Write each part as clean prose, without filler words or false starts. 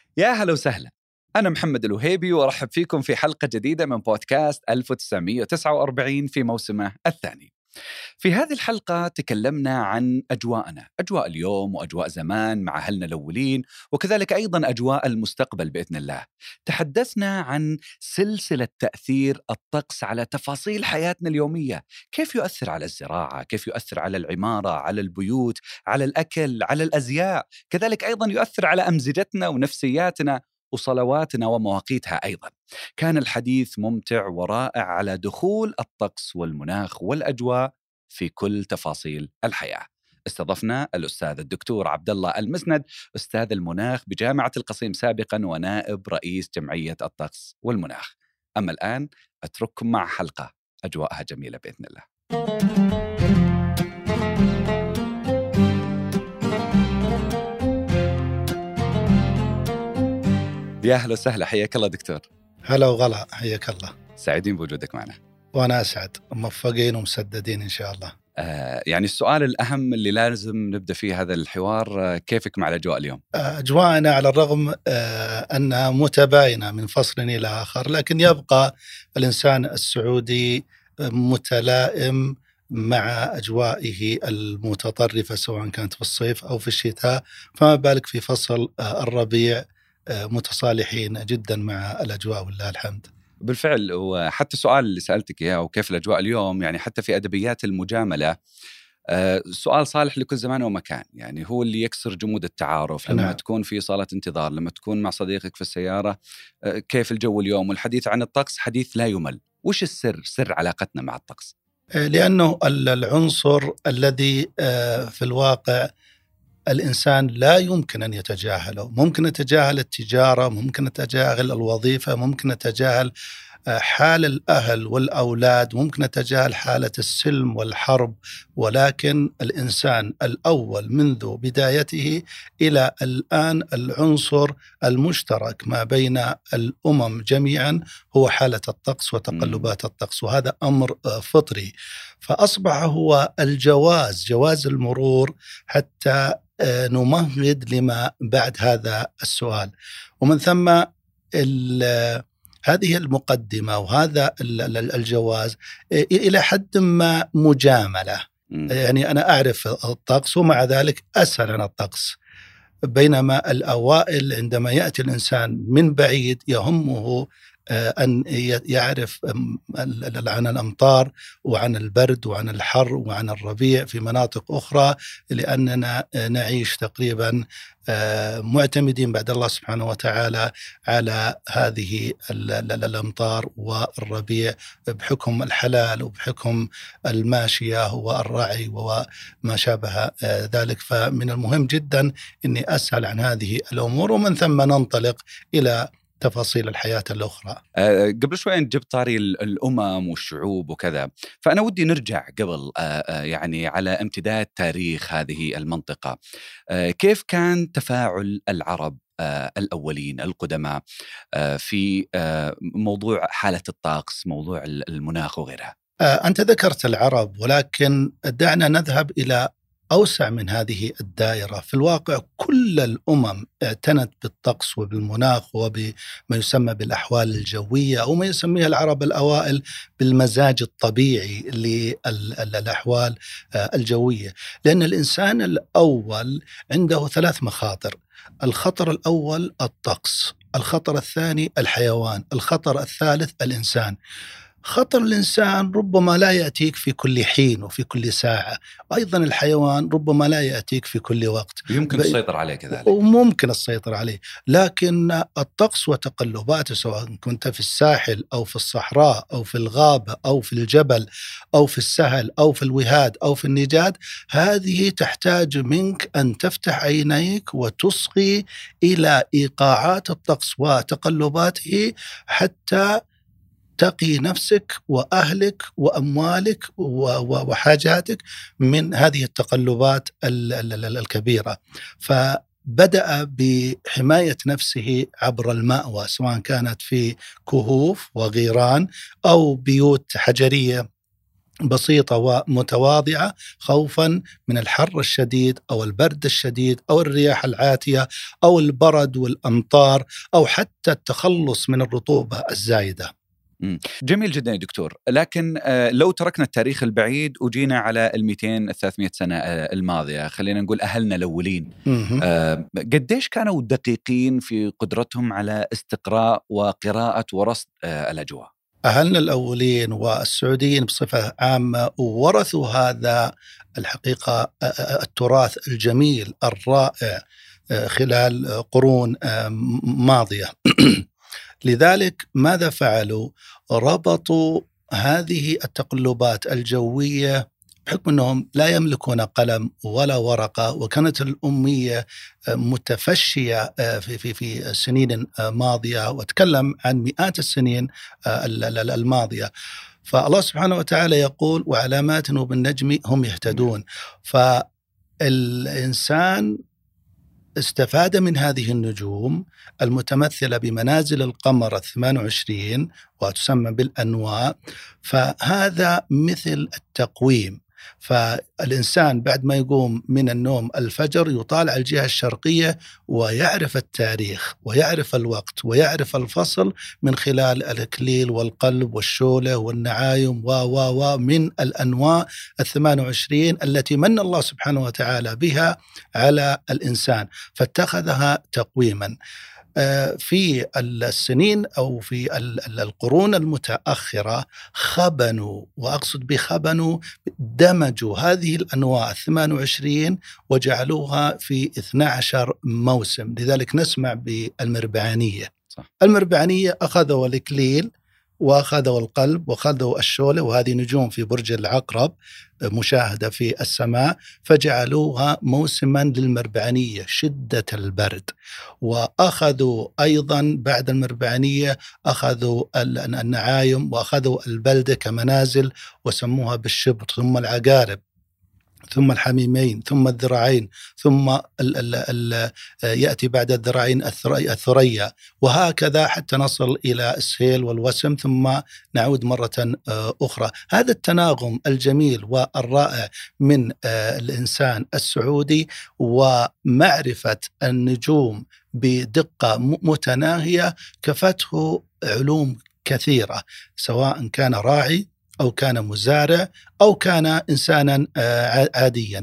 يا هلا وسهلا. أنا محمد الوهيبي وأرحب فيكم في حلقة جديدة من بودكاست 1949 في موسمه الثاني. في هذه الحلقة تكلمنا عن أجواءنا، أجواء اليوم وأجواء زمان مع أهلنا الأولين، وكذلك أيضا أجواء المستقبل بإذن الله. تحدثنا عن سلسلة تأثير الطقس على تفاصيل حياتنا اليومية، كيف يؤثر على الزراعة، كيف يؤثر على العمارة، على البيوت، على الأكل، على الأزياء، كذلك أيضا يؤثر على أمزجتنا ونفسياتنا وصلواتنا ومواقيتها أيضا. كان الحديث ممتع ورائع على دخول الطقس والمناخ والأجواء في كل تفاصيل الحياة. استضفنا الأستاذ الدكتور عبد الله المسند، أستاذ المناخ بجامعة القصيم سابقا ونائب رئيس جمعية الطقس والمناخ. أما الآن أترككم مع حلقة أجواءها جميلة بإذن الله. يا أهلا وسهلا، حياك الله دكتور. هلا وغلا، حياك الله. سعيدين بوجودك معنا. وأنا أسعد، موفقين ومسددين إن شاء الله. يعني السؤال الأهم اللي لازم نبدأ فيه هذا الحوار، كيفك مع الأجواء اليوم؟ أجواءنا على الرغم أنها متباينة من فصل إلى آخر، لكن يبقى الإنسان السعودي متلائم مع أجوائه المتطرفة سواء كانت في الصيف أو في الشتاء، فما بالك في فصل الربيع متصالحين جدا مع الأجواء والله الحمد. بالفعل، وحتى السؤال اللي سألتك إياه وكيف الأجواء اليوم، يعني حتى في أدبيات المجاملة سؤال صالح لكل زمان ومكان، يعني هو اللي يكسر جمود التعارف. لما تكون في صالة انتظار، لما تكون مع صديقك في السيارة، كيف الجو اليوم، والحديث عن الطقس حديث لا يمل. وش سر علاقتنا مع الطقس؟ لأنه العنصر الذي في الواقع الإنسان لا يمكن أن يتجاهله. ممكن نتجاهل التجارة، ممكن نتجاهل الوظيفة، ممكن نتجاهل حال الأهل والأولاد، ممكن نتجاهل حالة السلم والحرب، ولكن الإنسان الأول منذ بدايته إلى الآن العنصر المشترك ما بين الأمم جميعا هو حالة الطقس وتقلبات الطقس، وهذا أمر فطري. فأصبح هو جواز المرور حتى نمهد لما بعد هذا السؤال. ومن ثم هذه المقدمة وهذا الجواز إلى حد ما مجاملة. يعني أنا أعرف الطقس ومع ذلك أسأل عن الطقس، بينما الأوائل عندما يأتي الإنسان من بعيد يهمه أن يعرف عن الأمطار وعن البرد وعن الحر وعن الربيع في مناطق أخرى، لأننا نعيش تقريبا معتمدين بعد الله سبحانه وتعالى على هذه الأمطار والربيع بحكم الحلال وبحكم الماشية والرعي وما شابه ذلك. فمن المهم جدا أني أسأل عن هذه الأمور ومن ثم ننطلق إلى تفاصيل الحياة الأخرى. قبل شوي جبت طاري الأمم والشعوب وكذا، فأنا ودي نرجع قبل يعني على امتداد تاريخ هذه المنطقة. كيف كان تفاعل العرب الأولين القدماء في موضوع حالة الطقس، موضوع المناخ وغيرها؟ أنت ذكرت العرب، ولكن دعنا نذهب إلى أوسع من هذه الدائرة. في الواقع كل الأمم اعتنت بالطقس وبالمناخ وبما يسمى بالأحوال الجوية، أو ما يسميها العرب الأوائل بالمزاج الطبيعي للأحوال الجوية. لأن الإنسان الأول عنده 3 مخاطر: الخطر الأول الطقس، الخطر الثاني الحيوان، الخطر الثالث الإنسان. خطر الإنسان ربما لا يأتيك في كل حين وفي كل ساعة، وأيضا الحيوان ربما لا يأتيك في كل وقت، يمكن السيطرة عليه كذلك، وممكن السيطرة عليه. لكن الطقس وتقلباته سواء كنت في الساحل أو في الصحراء أو في الغابة أو في الجبل أو في السهل أو في الوهاد أو في النجاد، هذه تحتاج منك أن تفتح عينيك وتصغي إلى إيقاعات الطقس وتقلباته حتى تقي نفسك وأهلك وأموالك وحاجاتك من هذه التقلبات الكبيرة. فبدأ بحماية نفسه عبر المأوى، سواء كانت في كهوف وغيران أو بيوت حجرية بسيطة ومتواضعة، خوفا من الحر الشديد أو البرد الشديد أو الرياح العاتية أو البرد والأمطار أو حتى التخلص من الرطوبة الزايدة. جميل جدا يا دكتور. لكن لو تركنا التاريخ البعيد وجينا على 200-300 سنة الماضية، خلينا نقول أهلنا الأولين، قديش كانوا دقيقين في قدرتهم على استقراء وقراءة ورصد الأجواء؟ أهلنا الأولين والسعوديين بصفة عامة ورثوا هذا الحقيقة التراث الجميل الرائع خلال قرون ماضية. لذلك ماذا فعلوا؟ ربطوا هذه التقلبات الجوية بحكم أنهم لا يملكون قلم ولا ورقة، وكانت الأمية متفشية في سنين ماضية، واتكلم عن مئات السنين الماضية. فالله سبحانه وتعالى يقول وعلامات وبالنجم هم يهتدون. فالإنسان استفاد من هذه النجوم المتمثلة بمنازل القمر 28 وتسمى بالأنواء، فهذا مثل التقويم. فالإنسان بعد ما يقوم من النوم الفجر يطالع الجهة الشرقية ويعرف التاريخ ويعرف الوقت ويعرف الفصل من خلال الإكليل والقلب والشولة والنعايم من الأنواء 28 التي من الله سبحانه وتعالى بها على الإنسان، فاتخذها تقويما. في السنين أو في القرون المتأخرة خبنوا، وأقصد بخبنوا دمجوا هذه الأنواع 28 وجعلوها في 12 موسم. لذلك نسمع بالمربعانية. المربعانية أخذوا الإكليل وأخذوا القلب وأخذوا الشولة، وهذه نجوم في برج العقرب مشاهدة في السماء، فجعلوها موسما للمربعانية شدة البرد. وأخذوا أيضا بعد المربعانية أخذوا النعايم وأخذوا البلدة كمنازل وسموها بالشبر، ثم العقارب، ثم الحميمين، ثم الذراعين، ثم يأتي بعد الذراعين الثريا، وهكذا حتى نصل إلى السهيل والوسم، ثم نعود مرة أخرى. هذا التناغم الجميل والرائع من الإنسان السعودي ومعرفة النجوم بدقة متناهية كفته علوم كثيرة، سواء كان راعي أو كان مزارع أو كان إنسانا عاديا،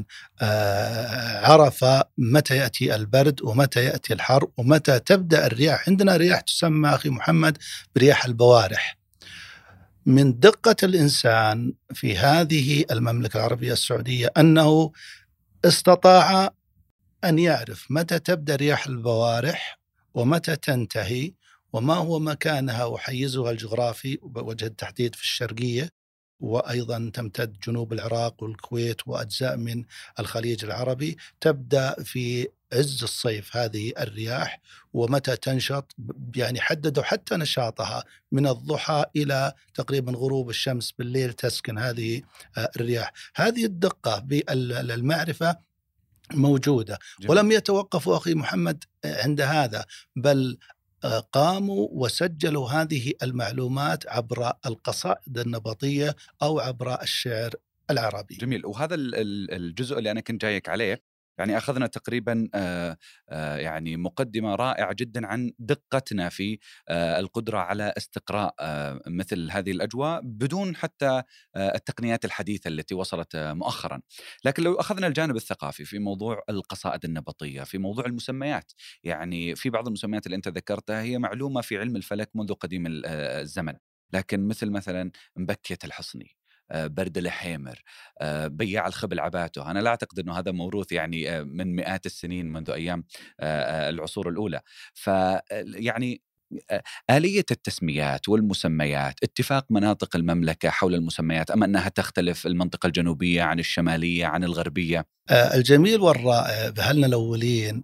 عرف متى يأتي البرد ومتى يأتي الحر ومتى تبدأ الرياح. عندنا رياح تسمى أخي محمد برياح البوارح. من دقة الإنسان في هذه المملكة العربية السعودية أنه استطاع أن يعرف متى تبدأ رياح البوارح ومتى تنتهي وما هو مكانها وحيزها الجغرافي، وجه التحديد في الشرقية، وأيضا تمتد جنوب العراق والكويت وأجزاء من الخليج العربي. تبدأ في عز الصيف هذه الرياح، ومتى تنشط يعني حددوا حتى نشاطها من الضحى إلى تقريبا غروب الشمس بالليل تسكن هذه الرياح. هذه الدقة بالمعرفة موجودة. ولم يتوقفوا أخي محمد عند هذا، بل قاموا وسجلوا هذه المعلومات عبر القصائد النبطية أو عبر الشعر العربي. جميل. وهذا الجزء اللي أنا كنت جايك عليه، يعني أخذنا تقريبا يعني مقدمة رائعة جدا عن دقتنا في القدرة على استقراء مثل هذه الأجواء بدون حتى التقنيات الحديثة التي وصلت مؤخرا. لكن لو أخذنا الجانب الثقافي في موضوع القصائد النبطية، في موضوع المسميات، يعني في بعض المسميات اللي أنت ذكرتها هي معلومة في علم الفلك منذ قديم الزمن، لكن مثل مبكية الحصني، برد الحيمر، بياع الخبل عباته، أنا لا أعتقد أنه هذا موروث يعني من مئات السنين منذ أيام العصور الأولى. فيعني آلية التسميات والمسميات، اتفاق مناطق المملكة حول المسميات أم أنها تختلف المنطقة الجنوبية عن الشمالية عن الغربية؟ الجميل والرائع بأهلنا الأولين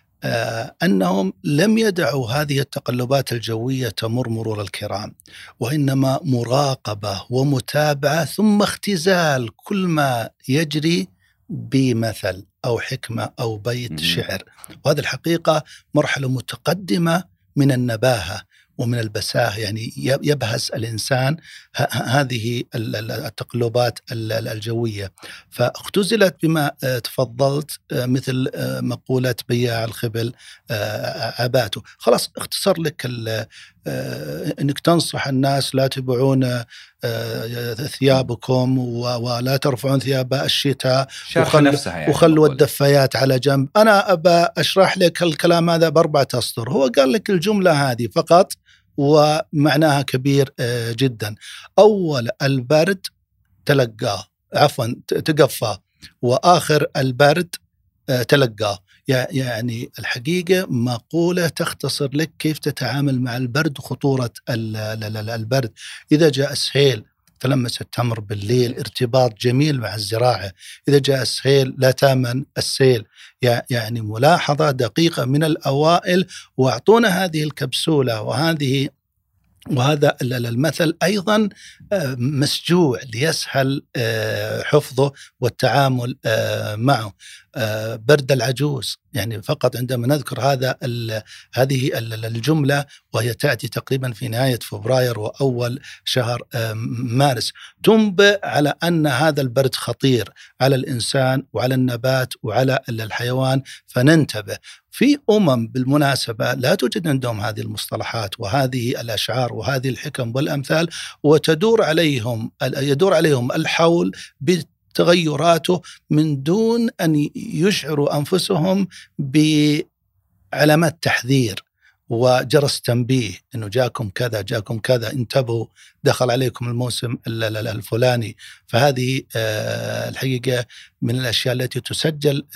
أنهم لم يدعوا هذه التقلبات الجوية تمر مرور الكرام، وإنما مراقبة ومتابعة ثم اختزال كل ما يجري بمثل أو حكمة أو بيت شعر. وهذه الحقيقة مرحلة متقدمة من النباهة ومن البساهة، يعني يبهس الإنسان هذه التقلبات الجوية. فاختزلت بما تفضلت مثل مقولة بياع الخبل عباته. خلاص اختصر لك انك تنصح الناس لا تبيعون ثيابكم ولا ترفعون ثياب الشتاء وخلوا الدفايات على جنب. انا ابى اشرح لك الكلام هذا ب4 أسطر. هو قال لك الجملة هذه فقط ومعناها كبير جدا. أول البرد تقفى، وآخر البرد تلقاه. يعني الحقيقة مقولة تختصر لك كيف تتعامل مع البرد وخطورة البرد. إذا جاء السهيل تلمس التمر بالليل، ارتباط جميل مع الزراعة. إذا جاء السهيل لا تامن السيل. يعني ملاحظة دقيقة من الأوائل، وأعطونا هذه الكبسولة وهذا المثل أيضا مسجوع ليسهل حفظه والتعامل معه. برد العجوز، يعني فقط عندما نذكر هذه الجملة وهي تأتي تقريبا في نهاية فبراير وأول شهر مارس، تنبئ على أن هذا البرد خطير على الإنسان وعلى النبات وعلى الحيوان، فننتبه. في بالمناسبة لا توجد عندهم هذه المصطلحات وهذه الأشعار وهذه الحكم والأمثال، يدور عليهم الحول بتغيراته من دون أن يشعروا أنفسهم بعلامات تحذير وجرس تنبيه إنه جاكم كذا انتبهوا، دخل عليكم الموسم الفلاني. فهذه الحقيقة من الأشياء التي تسجل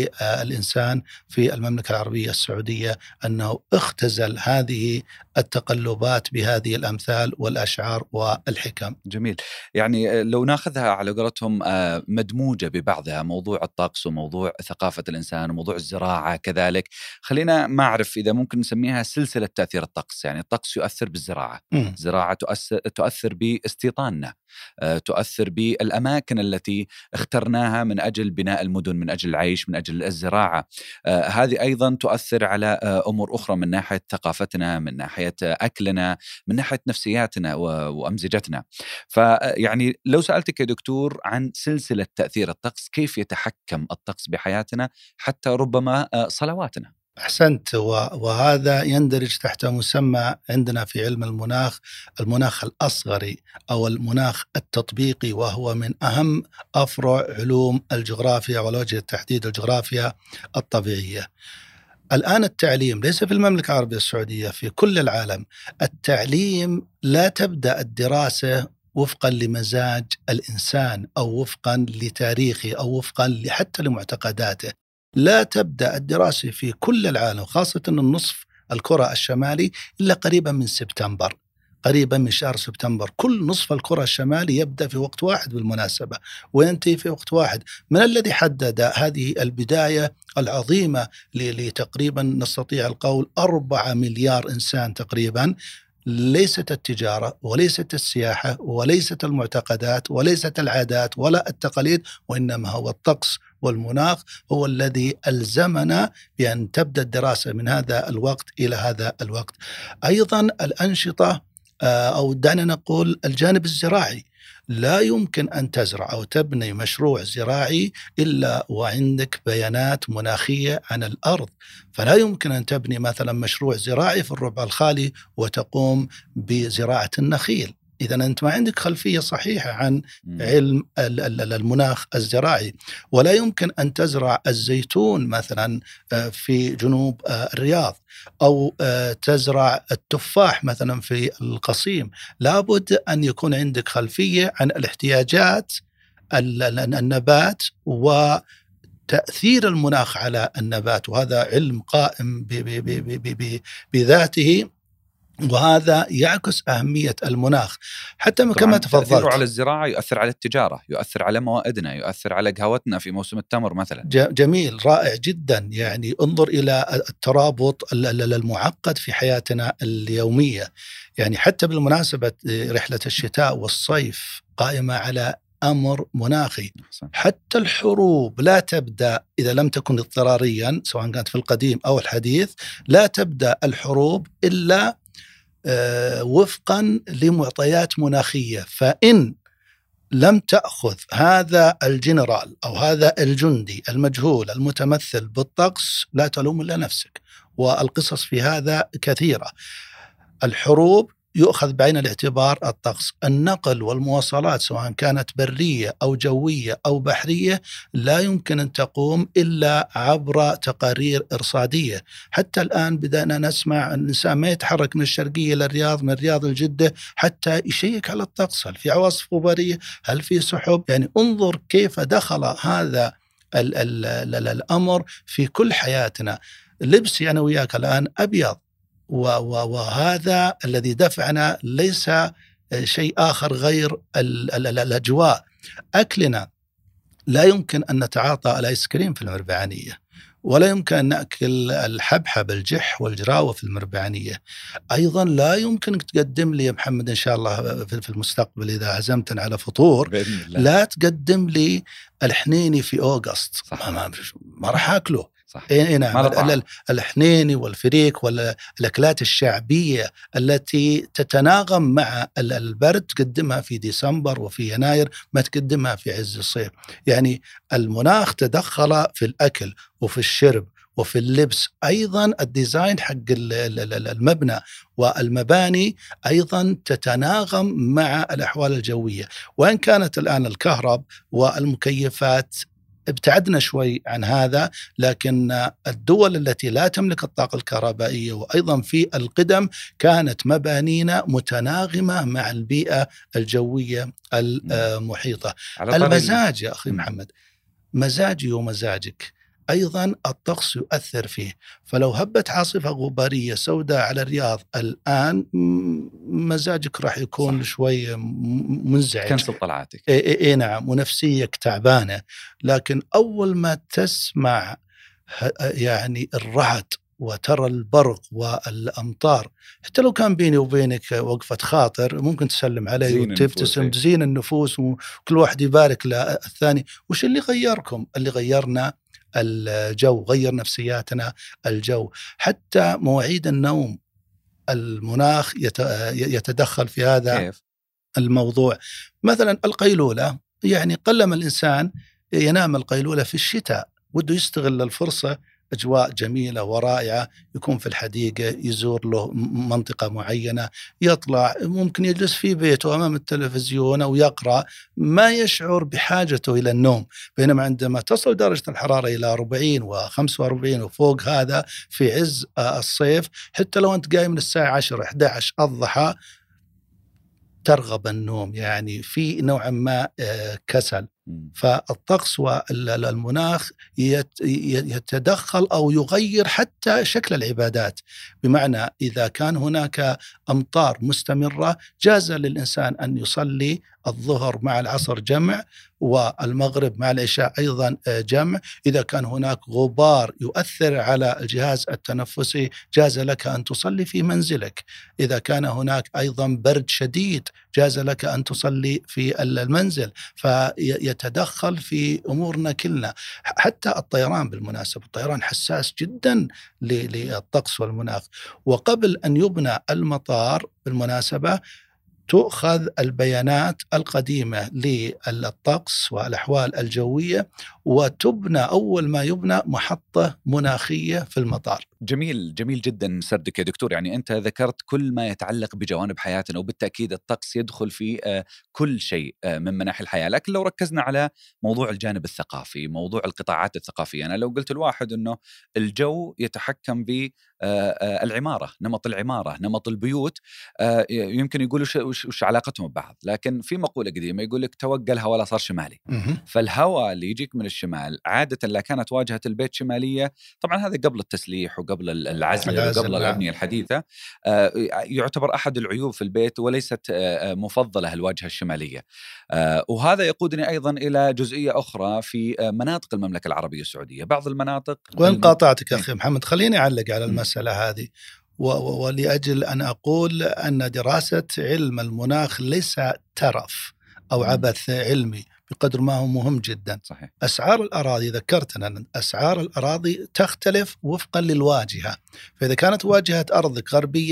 للإنسان في المملكة العربية السعودية، أنه اختزل هذه التقلبات بهذه الأمثال والأشعار والحكم. جميل. يعني لو ناخذها على قولتهم مدموجة ببعضها، موضوع الطقس وموضوع ثقافة الإنسان وموضوع الزراعة كذلك، خلينا ما أعرف إذا ممكن نسميها سلسلة تأثير الطقس. يعني الطقس يؤثر بالزراعة، الزراعة تؤثر باستيطاننا، تؤثر بالأماكن التي اخترناها من أجل بناء المدن، من أجل العيش، من أجل الزراعة. هذه أيضا تؤثر على أمور أخرى من ناحية ثقافتنا، من ناحية أكلنا، من ناحية نفسياتنا وأمزجتنا. فيعني لو سألتك يا دكتور عن سلسلة تأثير الطقس، كيف يتحكم الطقس بحياتنا حتى ربما صلواتنا؟ أحسنت. وهذا يندرج تحت مسمى عندنا في علم المناخ الأصغري أو المناخ التطبيقي، وهو من أهم أفرع علوم الجغرافيا، على وجه التحديد الجغرافيا الطبيعية. الآن التعليم ليس في المملكة العربية السعودية، في كل العالم التعليم لا تبدأ الدراسة وفقا لمزاج الإنسان أو وفقا لتاريخه أو وفقا حتى لمعتقداته. لا تبدأ الدراسة في كل العالم، خاصة النصف الكرة الشمالي، إلا قريبا من سبتمبر، قريبا من شهر سبتمبر. كل نصف الكرة الشمالي يبدأ في وقت واحد بالمناسبة وينتهي في وقت واحد. من الذي حدد هذه البداية العظيمة لتقريبا نستطيع القول 4 مليار إنسان تقريبا؟ ليست التجارة وليست السياحة وليست المعتقدات وليست العادات ولا التقاليد، وإنما هو الطقس والمناخ هو الذي ألزمنا بأن تبدأ الدراسة من هذا الوقت إلى هذا الوقت. أيضا الأنشطة أو دعنا نقول الجانب الزراعي. لا يمكن أن تزرع أو تبني مشروع زراعي إلا وعندك بيانات مناخية عن الأرض. فلا يمكن أن تبني مثلا مشروع زراعي في الربع الخالي وتقوم بزراعة النخيل إذا أنت ما عندك خلفية صحيحة عن علم المناخ الزراعي. ولا يمكن أن تزرع الزيتون مثلا في جنوب الرياض أو تزرع التفاح مثلا في القصيم. لابد أن يكون عندك خلفية عن الاحتياجات النبات وتأثير المناخ على النبات، وهذا علم قائم بذاته، وهذا يعكس أهمية المناخ. حتى كما تفضلت، تأثيره على الزراعة يؤثر على التجارة، يؤثر على موائدنا، يؤثر على قهوتنا في موسم التمر مثلا. جميل، رائع جدا. يعني انظر إلى الترابط المعقد في حياتنا اليومية. يعني حتى بالمناسبة رحلة الشتاء والصيف قائمة على أمر مناخي. حتى الحروب لا تبدأ إذا لم تكن اضطراريا، سواء كانت في القديم أو الحديث، لا تبدأ الحروب إلا وفقا لمعطيات مناخية. فإن لم تأخذ هذا الجنرال أو هذا الجندي المجهول المتمثل بالطقس لا تلوم إلا نفسك. والقصص في هذا كثيرة. الحروب يؤخذ بعين الاعتبار الطقس. النقل والمواصلات سواء كانت برية أو جوية أو بحرية لا يمكن أن تقوم إلا عبر تقارير إرصادية. حتى الآن بدأنا نسمع الإنسان ما يتحرك من الشرقية إلى الرياض، من الرياض لجدة، حتى يشيك على الطقس، هل في عواصف غبارية، هل في سحب. يعني انظر كيف دخل هذا الأمر في كل حياتنا. لبسي أنا وياك الآن أبيض، وهذا الذي دفعنا ليس شيء آخر غير الأجواء. أكلنا لا يمكن أن نتعاطى الآيس كريم في المربعانية، ولا يمكن أن نأكل الحبحب الجح والجراوة في المربعانية. أيضا لا يمكن تقدم لي يا محمد إن شاء الله في المستقبل إذا عزمتنا على فطور لا تقدم لي الحنيني في أوغست، ما راح أكله. نعم. الحنيني والفريك والأكلات الشعبية التي تتناغم مع البرد تقدمها في ديسمبر وفي يناير، ما تقدمها في عز الصيف. يعني المناخ تدخل في الأكل وفي الشرب وفي اللبس. أيضا الديزاين حق المبنى والمباني أيضا تتناغم مع الأحوال الجوية. وإن كانت الآن الكهرب والمكيفات ابتعدنا شوي عن هذا، لكن الدول التي لا تملك الطاقة الكهربائية وأيضا في القدم كانت مبانينا متناغمة مع البيئة الجوية المحيطة. المزاج يا أخي محمد، مزاجي ومزاجك أيضا الطقس يؤثر فيه. فلو هبت عاصفة غبارية سوداء على الرياض الآن مزاجك راح يكون صح. شوي منزعج، كنسل طلعاتك. نعم، ونفسيك تعبانة. لكن أول ما تسمع يعني الرعد وترى البرق والأمطار، حتى لو كان بيني وبينك وقفة خاطر ممكن تسلم علي وتبتسم، تزين النفوس وكل واحد يبارك للثاني. وش اللي غيركم؟ اللي غيرنا الجو، غير نفسياتنا الجو. حتى مواعيد النوم المناخ يتدخل في هذا كيف؟ الموضوع. مثلا القيلولة، يعني قلما الإنسان ينام القيلولة في الشتاء، وده يستغل الفرصة، أجواء جميلة ورائعة، يكون في الحديقة، يزور له منطقة معينة، يطلع، ممكن يجلس في بيته أمام التلفزيون أو يقرأ، ما يشعر بحاجته إلى النوم. بينما عندما تصل درجة الحرارة إلى 40 و45 وفوق هذا في عز الصيف، حتى لو أنت قايم من الساعة 10-11 الضحى ترغب النوم، يعني في نوع ما كسل. فالطقس والمناخ يتدخل أو يغير حتى شكل العبادات. بمعنى إذا كان هناك أمطار مستمرة جاز للإنسان أن يصلي الظهر مع العصر جمع، والمغرب مع العشاء أيضا جمع. إذا كان هناك غبار يؤثر على الجهاز التنفسي جاز لك أن تصلي في منزلك. إذا كان هناك أيضا برد شديد جاز لك أن تصلي في المنزل. فيتدخل في أمورنا كلنا. حتى الطيران بالمناسبة، الطيران حساس جدا للطقس والمناخ. وقبل أن يبنى المطار بالمناسبة تؤخذ البيانات القديمة للطقس والأحوال الجوية، وتبنى أول ما يبنى محطة مناخية في المطار. جميل جدا سردك يا دكتور. يعني أنت ذكرت كل ما يتعلق بجوانب حياتنا، وبالتأكيد الطقس يدخل في كل شيء من مناحي الحياة. لكن لو ركزنا على موضوع الجانب الثقافي، موضوع القطاعات الثقافية، أنا لو قلت الواحد أنه الجو يتحكم بالعمارة، نمط العمارة، نمط البيوت، يمكن يقولوا وش علاقتهم ببعض. لكن في مقولة قديمة يقول لك توقع الهواء لا صار شمالي. فالهواء اللي يجيك من الشمال عادة لا كانت واجهة البيت شمالية، طبعا هذا قبل التسليح وقبل العزل وقبل الأبنية الحديثة، يعتبر أحد العيوب في البيت وليست مفضلة الواجهة الشمالية. وهذا يقودني أيضا إلى جزئية أخرى في مناطق المملكة العربية السعودية. بعض المناطق، وإن قاطعتك يا أخي محمد خليني أعلق على المسألة هذه، ولأجل أن أقول أن دراسة علم المناخ ليس ترف أو عبث علمي بقدر ما هو مهم جدا. صحيح. أسعار الأراضي، ذكرتنا أن أسعار الأراضي تختلف وفقا للواجهة. فإذا كانت واجهة أرضك غربية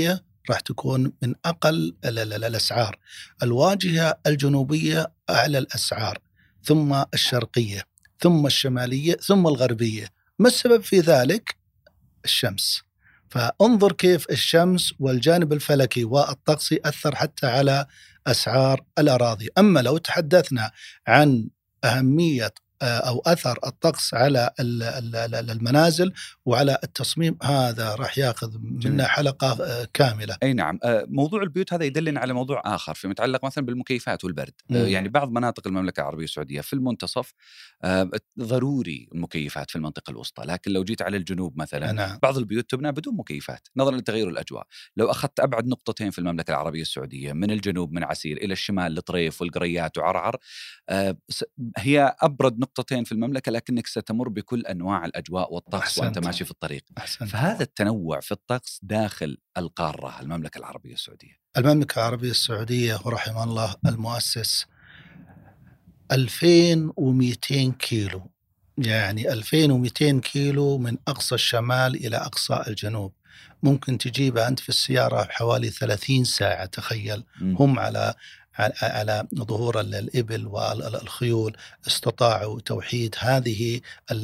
راح تكون من أقل الأسعار. الواجهة الجنوبية أعلى الأسعار، ثم الشرقية، ثم الشمالية، ثم الغربية. ما السبب في ذلك؟ الشمس. فانظر كيف الشمس والجانب الفلكي والطقسي أثر حتى على أسعار الأراضي. أما لو تحدثنا عن أهمية أو أثر الطقس على المنازل وعلى التصميم، هذا راح يأخذ منا حلقة كاملة. أي نعم. موضوع البيوت هذا يدلنا على موضوع آخر في متعلق مثلا بالمكيفات والبرد. يعني بعض مناطق المملكة العربية السعودية في المنتصف ضروري المكيفات في المنطقة الوسطى، لكن لو جيت على الجنوب مثلا بعض البيوت تبنى بدون مكيفات نظرا لتغير الأجواء. لو أخذت أبعد نقطتين في المملكة العربية السعودية من الجنوب من عسير إلى الشمال الطريف والقريات وعرعر، هي أبرد نقطتين في المملكة، لكنك ستمر بكل أنواع الأجواء والطقس وأنت ماشي في الطريق. فهذا التنوع في الطقس داخل القارة المملكة العربية السعودية. المملكة العربية السعودية ورحمه الله المؤسس 2200 كيلو، يعني 2200 كيلو من أقصى الشمال إلى أقصى الجنوب. ممكن تجيبها أنت في السيارة حوالي 30 ساعة. تخيل. هم على ظهور الإبل والخيول استطاعوا توحيد هذه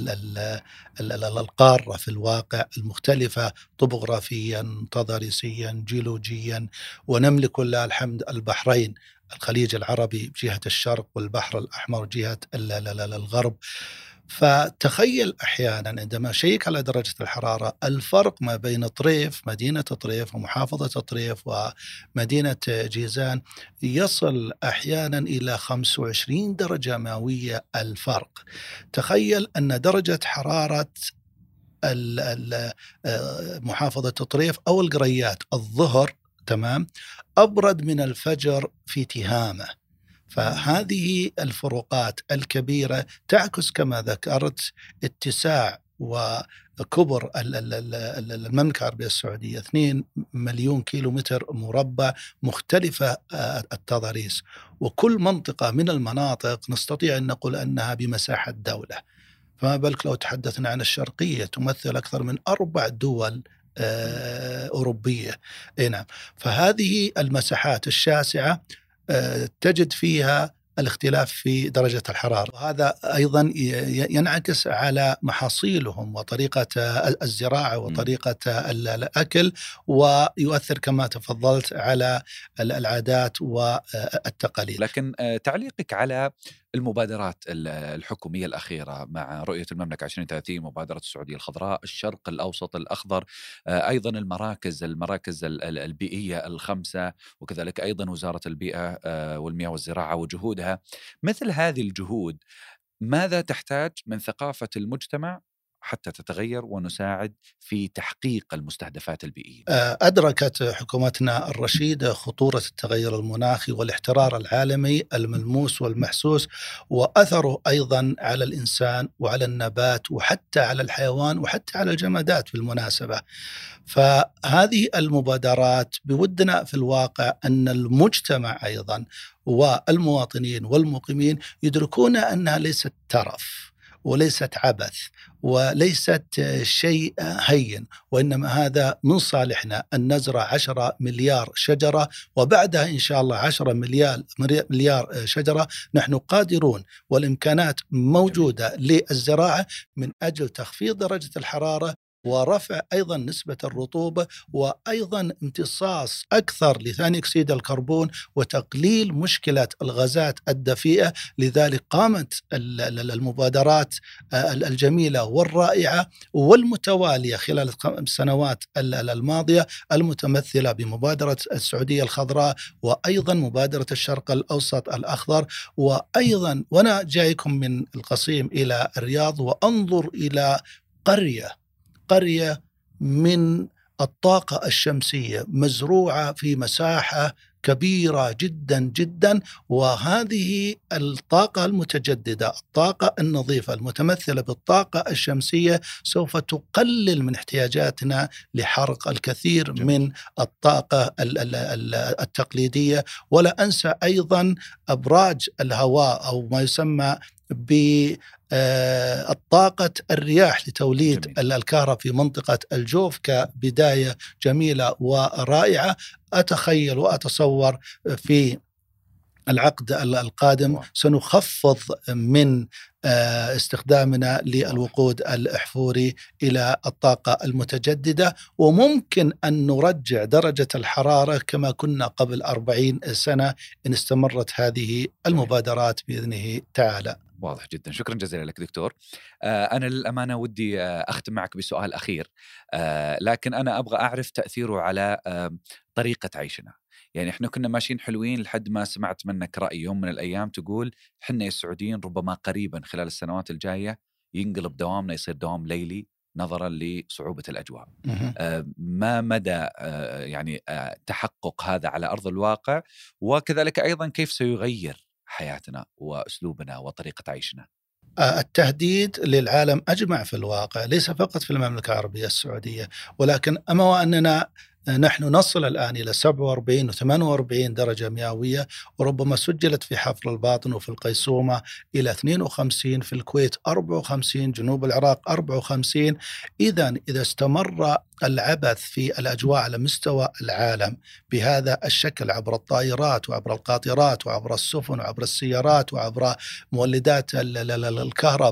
القارة في الواقع المختلفة طبوغرافيا، تضاريسيا، جيولوجيا، ونملك لله الحمد البحرين، الخليج العربي جهة الشرق والبحر الأحمر جهة الغرب. فتخيل أحيانا عندما شيك على درجة الحرارة الفرق ما بين طريف، مدينة طريف ومحافظة طريف ومدينة جيزان يصل أحيانا إلى 25 درجة مئوية الفرق. تخيل أن درجة حرارة محافظة طريف أو القريات الظهر تمام أبرد من الفجر في تهامة. فهذه الفروقات الكبيرة تعكس كما ذكرت اتساع وكبر المملكة العربية السعودية. 2 مليون كيلومتر مربع مختلفة التضاريس، وكل منطقة من المناطق نستطيع أن نقول أنها بمساحة دولة. فما بالك لو تحدثنا عن الشرقية تمثل أكثر من 4 دول أوروبية. نعم. فهذه المساحات الشاسعة تجد فيها الاختلاف في درجة الحرارة، وهذا أيضا ينعكس على محاصيلهم وطريقة الزراعة وطريقة الأكل، ويؤثر كما تفضلت على العادات والتقاليد. لكن تعليقك على المبادرات الحكومية الأخيرة مع رؤية المملكة 2030، مبادرة السعودية الخضراء، الشرق الأوسط الأخضر، أيضا المراكز البيئية ال5، وكذلك أيضا وزارة البيئة والمياه والزراعة وجهودها، مثل هذه الجهود ماذا تحتاج من ثقافة المجتمع حتى تتغير ونساعد في تحقيق المستهدفات البيئية؟ أدركت حكومتنا الرشيدة خطورة التغير المناخي والاحترار العالمي الملموس والمحسوس، وأثره أيضا على الإنسان وعلى النبات وحتى على الحيوان وحتى على الجمادات بالمناسبة. فهذه المبادرات بودنا في الواقع أن المجتمع أيضا والمواطنين والمقيمين يدركون أنها ليست ترف وليست عبث وليست شيء هين، وإنما هذا من صالحنا أن نزرع 10 مليار شجرة، وبعدها إن شاء الله 10 مليار شجرة نحن قادرون والإمكانات موجودة للزراعة من أجل تخفيض درجة الحرارة ورفع أيضا نسبة الرطوبة، وأيضا امتصاص أكثر لثاني أكسيد الكربون وتقليل مشكلة الغازات الدفيئة. لذلك قامت المبادرات الجميلة والرائعة والمتوالية خلال السنوات الماضية المتمثلة بمبادرة السعودية الخضراء، وأيضا مبادرة الشرق الأوسط الأخضر، وأيضا وأنا جايكم من القصيم إلى الرياض وأنظر إلى قرية من الطاقة الشمسية مزروعة في مساحة كبيرة جدا جدا، وهذه الطاقة المتجددة، الطاقة النظيفة المتمثلة بالطاقة الشمسية سوف تقلل من احتياجاتنا لحرق الكثير من الطاقة التقليدية. ولا أنسى أيضا أبراج الهواء أو ما يسمى بالطاقة الرياح لتوليد الكهرباء في منطقة الجوف كبداية جميلة ورائعة. أتخيل وأتصور في العقد القادم سنخفض من استخدامنا للوقود الأحفوري إلى الطاقة المتجددة، وممكن أن نرجع درجة الحرارة كما كنا قبل 40 سنة إن استمرت هذه المبادرات بإذنه تعالى. واضح جدا، شكرا جزيلا لك دكتور. أنا للأمانة ودي أختم معك بسؤال أخير، لكن أنا أبغى أعرف تأثيره على طريقة عيشنا. يعني إحنا كنا ماشيين حلوين لحد ما سمعت منك رأي يوم من الأيام تقول إحنا السعوديين ربما قريبا خلال السنوات الجاية ينقلب دوامنا يصير دوام ليلي نظرا لصعوبة الأجواء. ما مدى يعني تحقق هذا على أرض الواقع، وكذلك أيضا كيف سيغير حياتنا وأسلوبنا وطريقة عيشنا؟ التهديد للعالم أجمع في الواقع، ليس فقط في المملكة العربية السعودية، ولكن أما وأننا نحن نصل الآن إلى 47 و48 درجة مئوية، وربما سجلت في حفر الباطن وفي القيصومة إلى 52، في الكويت 54، جنوب العراق 54. إذا استمر العبث في الأجواء على مستوى العالم بهذا الشكل عبر الطائرات وعبر القاطرات وعبر السفن وعبر السيارات وعبر مولدات الكهرب،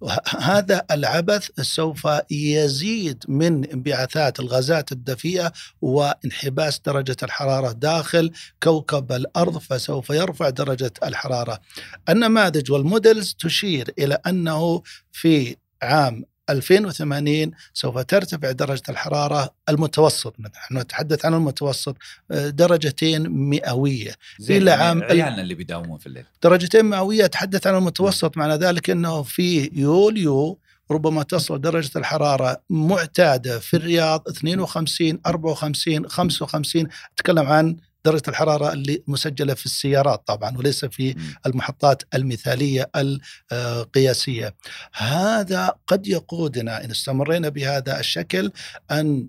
هذا العبث سوف يزيد من انبعاثات الغازات الدفيئة وانحباس درجة الحرارة داخل كوكب الأرض، فسوف يرفع درجة الحرارة. النماذج والمودلز تشير إلى أنه في عام 2080 سوف ترتفع درجة الحرارة المتوسط، نحن نتحدث عن المتوسط 2 مئوية إلى عام عيالنا اللي بيداومون في الليل 2 مئوية. تحدث عن المتوسط، معنى ذلك أنه في يوليو ربما تصل درجة الحرارة معتادة في الرياض 52 54 55. أتكلم عن درجة الحرارة اللي مسجلة في السيارات طبعا، وليس في المحطات المثالية القياسية. هذا قد يقودنا إن استمرينا بهذا الشكل أن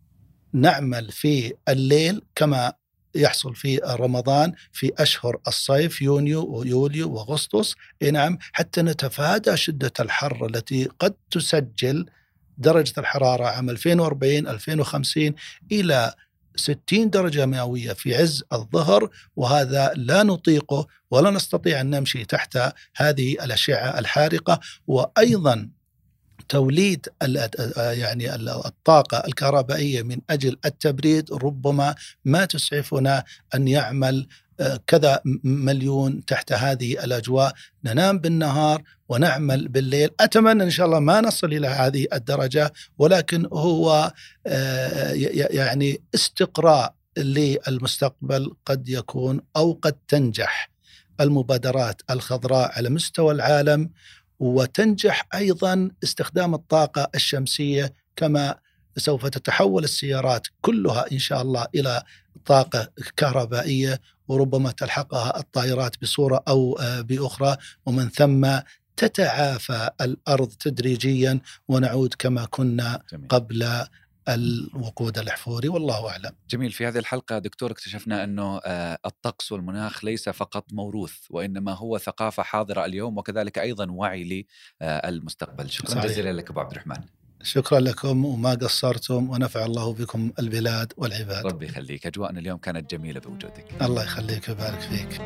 نعمل في الليل كما يحصل في رمضان في أشهر الصيف يونيو ويوليو وأغسطس، نعم، حتى نتفادى شدة الحر التي قد تسجل درجة الحرارة عام 2040 2050 إلى 60 درجة مئوية في عز الظهر، وهذا لا نطيقه ولا نستطيع أن نمشي تحت هذه الأشعة الحارقة. وأيضا توليد يعني الطاقة الكهربائية من أجل التبريد ربما ما تسعفنا أن يعمل كذا مليون تحت هذه الأجواء. ننام بالنهار ونعمل بالليل. أتمنى إن شاء الله ما نصل إلى هذه الدرجة، ولكن هو يعني استقراء للمستقبل قد يكون، أو قد تنجح المبادرات الخضراء على مستوى العالم، وتنجح أيضا استخدام الطاقة الشمسية، كما سوف تتحول السيارات كلها إن شاء الله إلى طاقة كهربائية، وربما تلحقها الطائرات بصورة أو بأخرى، ومن ثم تتعافى الأرض تدريجيا ونعود كما كنا قبل الوقود الأحفوري، والله أعلم. جميل. في هذه الحلقة دكتور اكتشفنا أنه الطقس والمناخ ليس فقط موروث، وإنما هو ثقافة حاضرة اليوم، وكذلك أيضا وعي للمستقبل. شكرا جزيلا لك أبو عبد الرحمن. شكرا لكم وما قصرتم، ونفع الله بكم البلاد والعباد. ربي يخليك. أجواءنا اليوم كانت جميلة بوجودك. الله يخليك ويبارك فيك.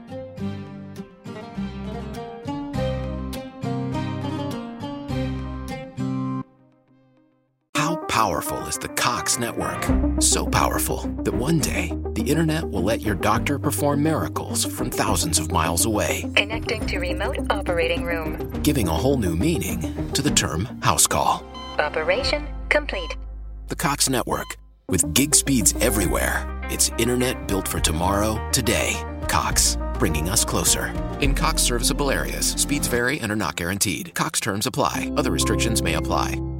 How powerful is the Cox network? So powerful that one day the internet will let your doctor perform miracles from thousands of miles away. Connecting to remote operating room. Giving a whole new meaning to the term house call. Operation complete. The Cox network. With gig speeds everywhere. It's internet built for tomorrow, today. Cox, bringing us closer. In Cox serviceable areas, speeds vary and are not guaranteed. Cox terms apply. Other restrictions may apply.